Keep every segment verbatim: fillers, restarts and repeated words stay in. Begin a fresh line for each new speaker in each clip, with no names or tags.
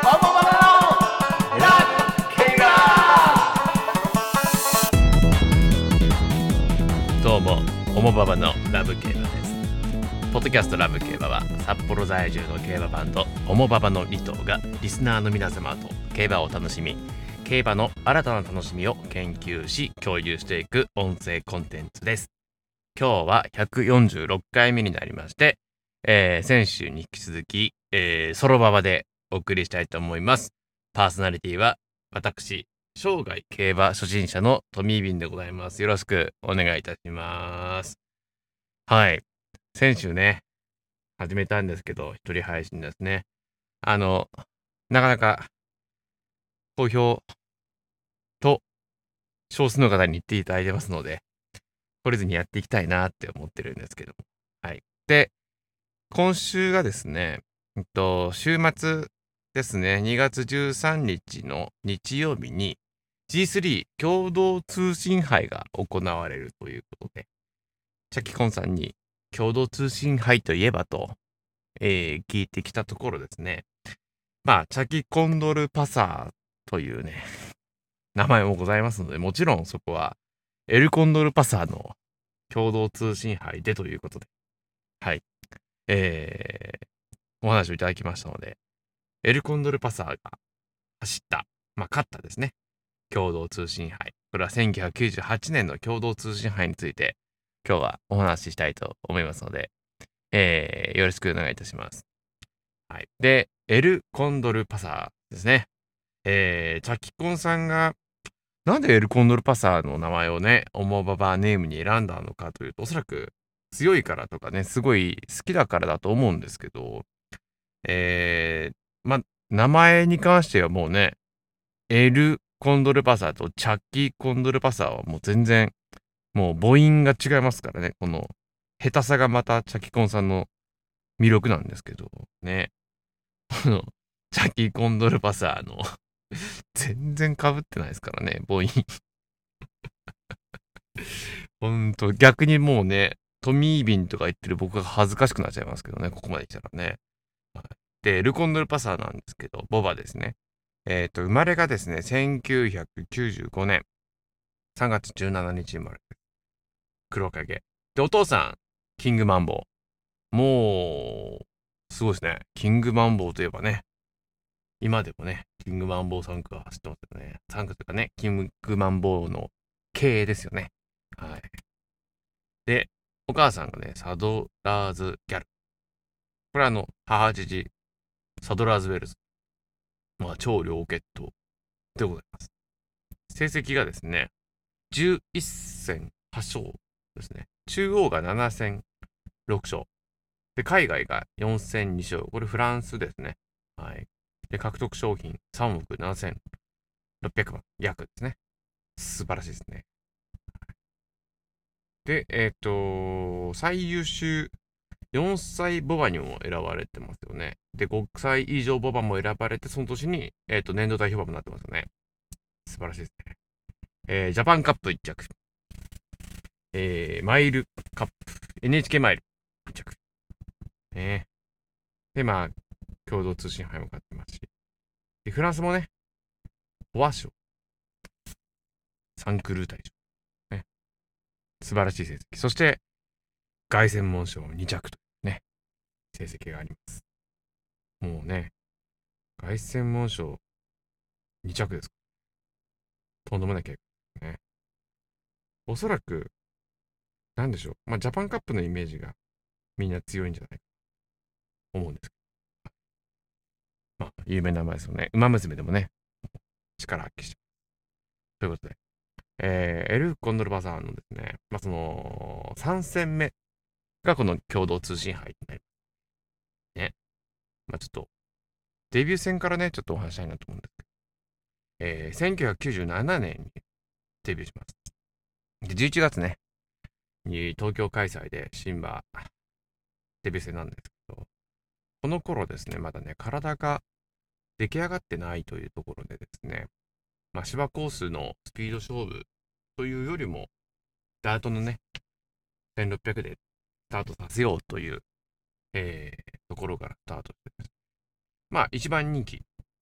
モババのラブ競馬。どうもオモババのラブ競馬です。ポッドキャストラブ競馬は札幌在住の競馬バンドオモババのに頭がリスナーの皆様と競馬を楽しみ、競馬の新たな楽しみを研究し共有していく音声コンテンツです。今日はひゃくよんじゅうろっかいめになりまして、えー、先週に引き続き、えー、ソロババでお送りしたいと思います。パーソナリティは私、生涯競馬初心者のトミービンでございます。よろしくお願いいたします。はい。先週ね、始めたんですけど、一人配信ですね。あの、なかなか好評と少数の方に言っていただいてますので、懲りずにやっていきたいなって思ってるんですけども。はい。で、今週がですね、えっと、週末ですね、にがつじゅうさんにちの日曜日に ジースリー 共同通信杯が行われるということで、チャキコンさんに共同通信杯といえばと、えー、聞いてきたところですね、まあ、チャキコンドルパサーというね、名前もございますので、もちろんそこはエルコンドルパサーの共同通信杯でということで、はい。えー、お話をいただきましたので、エルコンドルパサーが走った、まあ、勝ったですね、共同通信杯。これはせんきゅうひゃくきゅうじゅうはちねんの共同通信杯について、今日はお話ししたいと思いますので、えー、よろしくお願いいたします。はい。で、エルコンドルパサーですね。えー、チャキコンさんが、なんでエルコンドルパサーの名前をね、オモババネームに選んだのかというと、おそらく強いからとかね、すごい好きだからだと思うんですけど、えー、ま、名前に関してはもうね、エルコンドルパサーとチャッキーコンドルパサーはもう全然、もう母音が違いますからね、この下手さがまたチャキコンさんの魅力なんですけど、ね。この、チャキコンドルパサーの全然被ってないですからね、母音。ほんと、逆にもうね、トミービンとか言ってる僕が恥ずかしくなっちゃいますけどね、ここまで来たらね。はい、で、エルコンドルパサーなんですけど、ボバですね。えっと、生まれがですね、せんきゅうひゃくきゅうじゅうごねんさんがつじゅうしちにち生まれ。黒影。で、お父さん、キングマンボウ。もう、すごいですね。キングマンボウといえばね、今でもね、キングマンボウさん区は走ってますよね。さん区というかね、キングマンボウの経営ですよね。はい。で、お母さんがね、サドラーズギャル。これはあの、母父、サドラーズウェルズ。まあ、超良血統でございます。成績がですね、じゅういっせんはしょうですね。中央がななせんろくしょう。で、海外がよんせんにしょう。これフランスですね。はい。で、獲得賞金さんおくななせんろっぴゃくまん約ですね。素晴らしいですね。で、えっ、と、最優秀よんさいボバにも選ばれてますよね。で、ごさい以上ボバも選ばれて、その年に、えっ、と、年度代表馬になってますよね。素晴らしいですね。えー、ジャパンカップいっちゃく。えー、マイルカップ、エヌエイチケー マイルいっちゃく。ね。で、まあ、共同通信杯も勝ってますし。で、フランスもね、ボア賞、サンクルー大賞。ね。素晴らしい成績。そして、凱旋門賞にちゃくというね、成績があります。もうね、凱旋門賞にちゃくです。とんでもない結果ね。おそらく、なんでしょう。まあ、ジャパンカップのイメージがみんな強いんじゃないかと思うんですけど。まあ、有名な名前ですよね。馬娘でもね、力発揮しちゃう。ということで、えー、エル・コンドルバザーのですね、まあ、その、さん戦目がこの共同通信杯になりますね。まあ、ちょっと、デビュー戦からね、ちょっとお話したいなと思うんですけど、えー、せんきゅうひゃくきゅうじゅうななねんにデビューします。で、じゅういちがつね、に東京開催で新馬デビュー戦なんですけど、この頃ですね、まだね、体が出来上がってないというところでですね、まあ、芝コースのスピード勝負というよりも、ダートのね、せんろっぴゃくでスタートさせようという、えー、ところからスタートしてです。まあ、一番人気、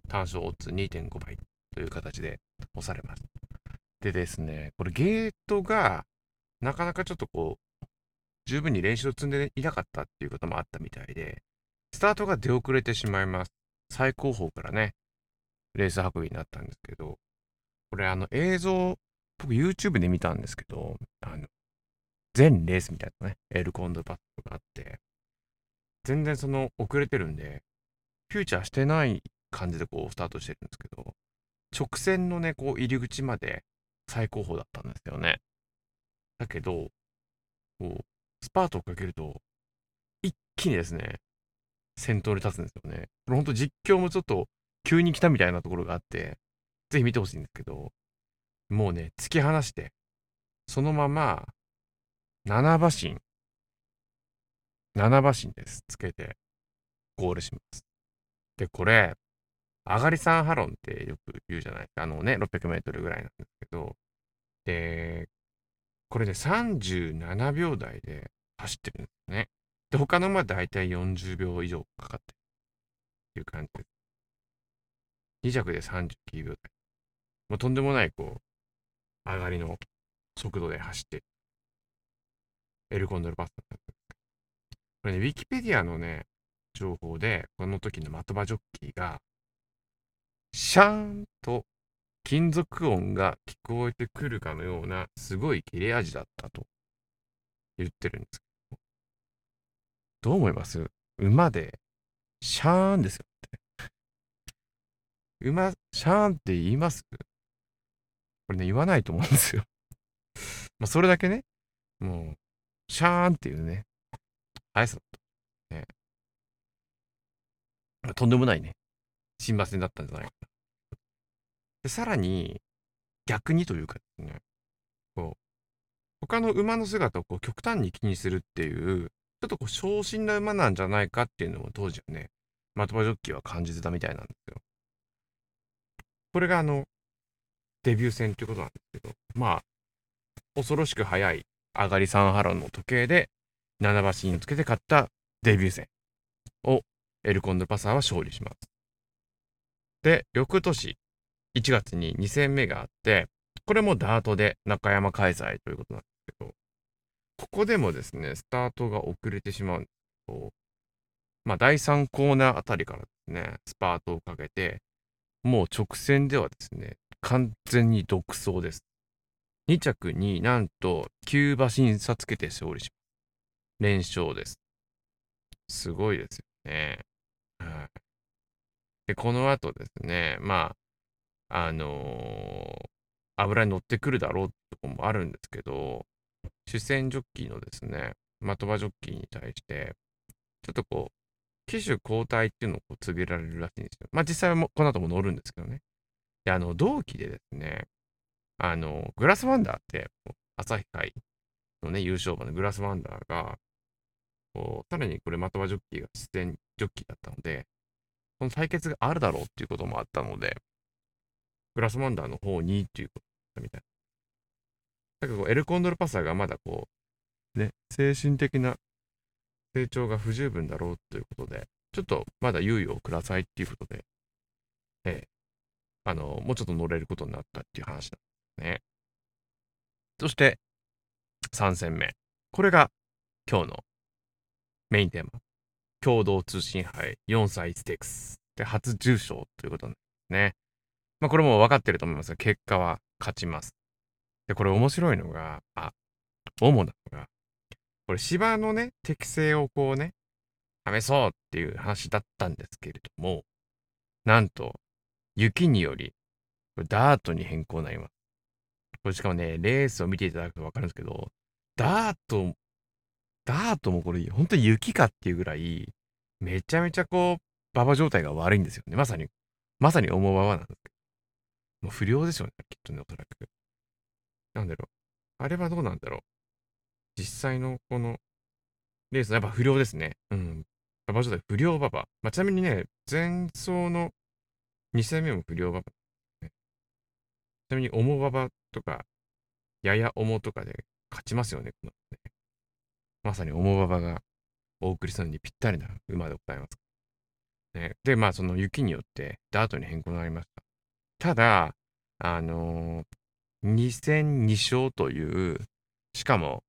単勝オッズにてんごばいという形で押されます。でですね、これゲートがなかなかちょっとこう、十分に練習を積んでいなかったっていうこともあったみたいで、スタートが出遅れてしまいます。最高峰からね、レース運びになったんですけど、これあの映像、僕 YouTube で見たんですけど、あの、全レースみたいなね、エルコンドパッドがあって、全然その遅れてるんで、フューチャーしてない感じでこうスタートしてるんですけど、直線のね、こう入り口まで最高峰だったんですよね。だけど、こう、スパートをかけると、一気にですね、先頭に立つんですよね。これほんと実況もちょっと急に来たみたいなところがあって、ぜひ見てほしいんですけど、もうね、突き放して、そのまま、なな馬身、なな馬身です。つけて、ゴールします。で、これ、上がりさんハロンってよく言うじゃないですか。あのね、ろっぴゃくメートルぐらいなんですけど、で、これでさんじゅうななびょう台で走ってるんですね。で、他の馬はだいたいよんじゅうびょう以上かかってるっていう感じです。に着でさんじゅうきゅうびょう台。もうとんでもない、こう、上がりの速度で走って、エルコンドルパスなんです。これね、ウィキペディアのね、情報で、この時の的場ジョッキーが、シャーンと金属音が聞こえてくるかのような、すごい切れ味だったと言ってるんですけど、どう思います？馬で、シャーンですよって。馬、シャーンって言います？これね、言わないと思うんですよ。まあ、それだけね、もう、シャーンっていうね、速さだったね。とんでもないね、新馬戦だったんじゃないかな。で、さらに、逆にというかですね、こう、他の馬の姿をこう極端に気にするっていう、ちょっとこう、小心な馬なんじゃないかっていうのも当時はね、的場ジョッキーは感じてたみたいなんですよ。これがあの、デビュー戦っていうことなんですけど、まあ、恐ろしく速い上がりさんハロンの時計で、なな馬身をつけて勝ったデビュー戦をエルコンドルパサーは勝利します。で、翌年いちがつにに戦目があって、これもダートで中山開催ということなんですけど、ここでもですね、スタートが遅れてしまうんですけど、まあ、だいさんコーナーあたりからですね、スパートをかけて、もう直線ではですね、完全に独走です。に着になんときゅう馬身差つけて勝利します。連勝です。すごいですよね。はい。で、この後ですね、まあ、あのー油に乗ってくるだろうってとこもあるんですけど、主戦ジョッキーのですね、的場ジョッキーに対して、ちょっとこう、機種交代っていうのをこう告げられるらしいんですよ。まあ実際はもうこの後も乗るんですけどね。で、あの、同期でですね、あの、グラスワンダーって、朝日杯のね、優勝馬のグラスワンダーが、こう、さらにこれ、的場ジョッキーが出演ジョッキーだったので、この対決があるだろうっていうこともあったので、グラスワンダーの方にっていうことだったみたいな。だけど、エルコンドルパサーがまだこう、ね、精神的な成長が不十分だろうということで、ちょっとまだ猶予をくださいっていうことで、ええ、あの、もうちょっと乗れることになったっていう話なんですね。そして、さん戦目。これが今日のメインテーマ。共同通信杯よんさいステークスで初重賞ということなんですね。まあこれも分かってると思いますが、結果は勝ちます。で、これ面白いのが、あ、主なのが、これ芝のね、適性をこうね、試そうっていう話だったんですけれども、なんと、雪により、これダートに変更になります。これしかもね、レースを見ていただくと分かるんですけど、ダート、ダートもこれ、本当に雪かっていうぐらい、めちゃめちゃこう、馬場状態が悪いんですよね。まさに、まさに重馬場なんですけど。もう不良でしょうね、きっとね、おそらく。なんだろう。あれはどうなんだろう。実際のこのレース、やっぱ不良ですね。うん。馬場状態不良馬場。まあ、ちなみにね、前走のに戦目も不良馬場、ね。ちなみに重馬場とか、やや重とかで勝ちますよね、このね。まさに重馬場がお送りするのにぴったりな馬でございます。 ね、で、まあその雪によってダートに変更になりました。ただ、あのー、に戦に勝という、しかも、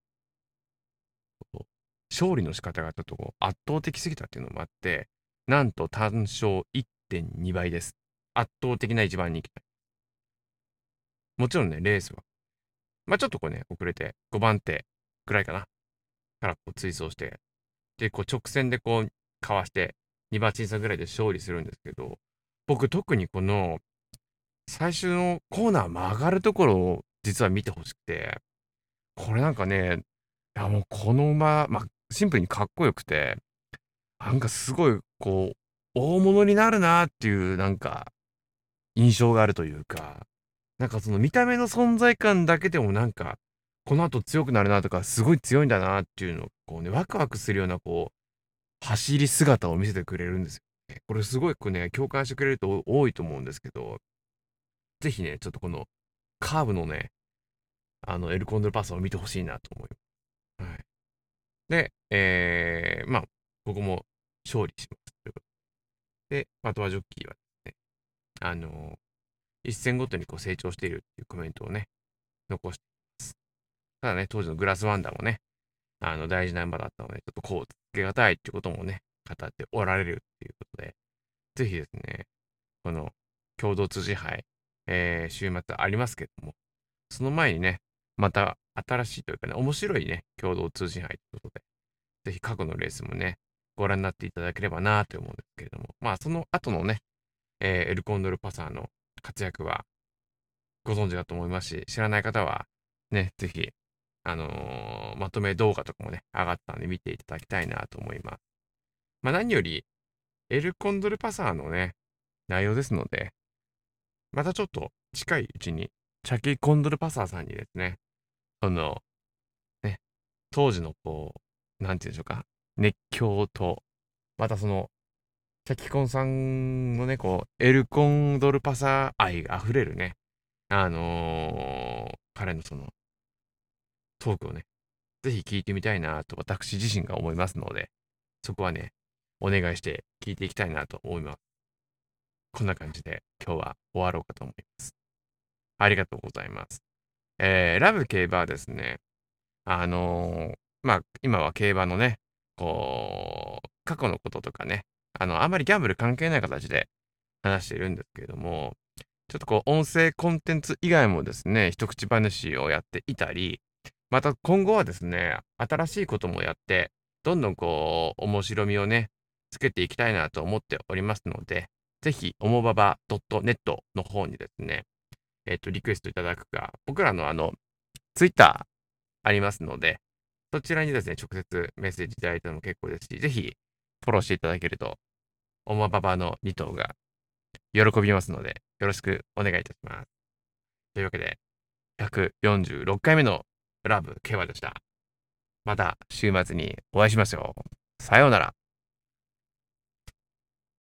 勝利の仕方がちょっとこう圧倒的すぎたっていうのもあって、なんと単勝いってんにばいです。圧倒的な一番人気。もちろんね、レースは。まあちょっとこうね、遅れてごばん手くらいかな。からこう追走して、で、こう直線でこうかわして、にばちん差ぐらいで勝利するんですけど、僕特にこの最終のコーナー曲がるところを実は見てほしくて、これなんかね、いやもうこの馬、まあシンプルにかっこよくて、なんかすごいこう、大物になるなっていうなんか印象があるというか、なんかその見た目の存在感だけでもなんか、この後強くなるなとか、すごい強いんだなっていうのをこうね、ワクワクするようなこう、走り姿を見せてくれるんですよね。これすごいこうね、共感してくれる人多いと思うんですけど、ぜひね、ちょっとこのカーブのね、あの、エルコンドルパスを見てほしいなと思います。はい。で、えー、まあ、ここも勝利しますということで、パトワジョッキーはですね、あのー一戦ごとにこう成長しているっていうコメントをね、残しています。ただね、当時のグラスワンダーもね、あの、大事な馬だったので、ちょっとこうつけがたいっていうこともね、語っておられるっていうことで、ぜひですね、この共同通信杯、えー、週末ありますけども、その前にね、また新しいというかね、面白いね、共同通信杯ということで、ぜひ過去のレースもね、ご覧になっていただければなと思うんですけれども、まあその後のね、えーエルコンドルパサーの活躍はご存知だと思いますし、知らない方はね、ぜひ、あのーまとめ動画とかもね、上がったんで見ていただきたいなと思います。まあ何より、エルコンドルパサーのね、内容ですので、またちょっと近いうちに、チャキコンドルパサーさんにですね、その、ね、当時のこう、なんて言うんでしょうか、熱狂と、またその、チャキコンさんのね、こう、エルコンドルパサー愛が溢れるね、あのー彼のその、トークをね、ぜひ聞いてみたいなと私自身が思いますので、そこはね、お願いして聞いていきたいなと思います。こんな感じで今日は終わろうかと思います。ありがとうございます。えー、ラブ競馬はですね、あのーまあ、今は競馬のね、こう、過去のこととかね、あの、あんまりギャンブル関係ない形で話しているんですけれども、ちょっとこう、音声コンテンツ以外もですね、一口話をやっていたり、また今後はですね、新しいこともやって、どんどんこう、面白みをね、つけていきたいなと思っておりますので、ぜひ、おもばば .net の方にですね、えっと、リクエストいただくか、僕らのあの、ツイッターありますので、そちらにですね、直接メッセージいただいても結構ですし、ぜひ、フォローしていただけると、おまばばのに頭が喜びますので、よろしくお願いいたします。というわけで、ひゃくよんじゅうろっかいめのラブ競馬でした。また週末にお会いしましょう。さようなら。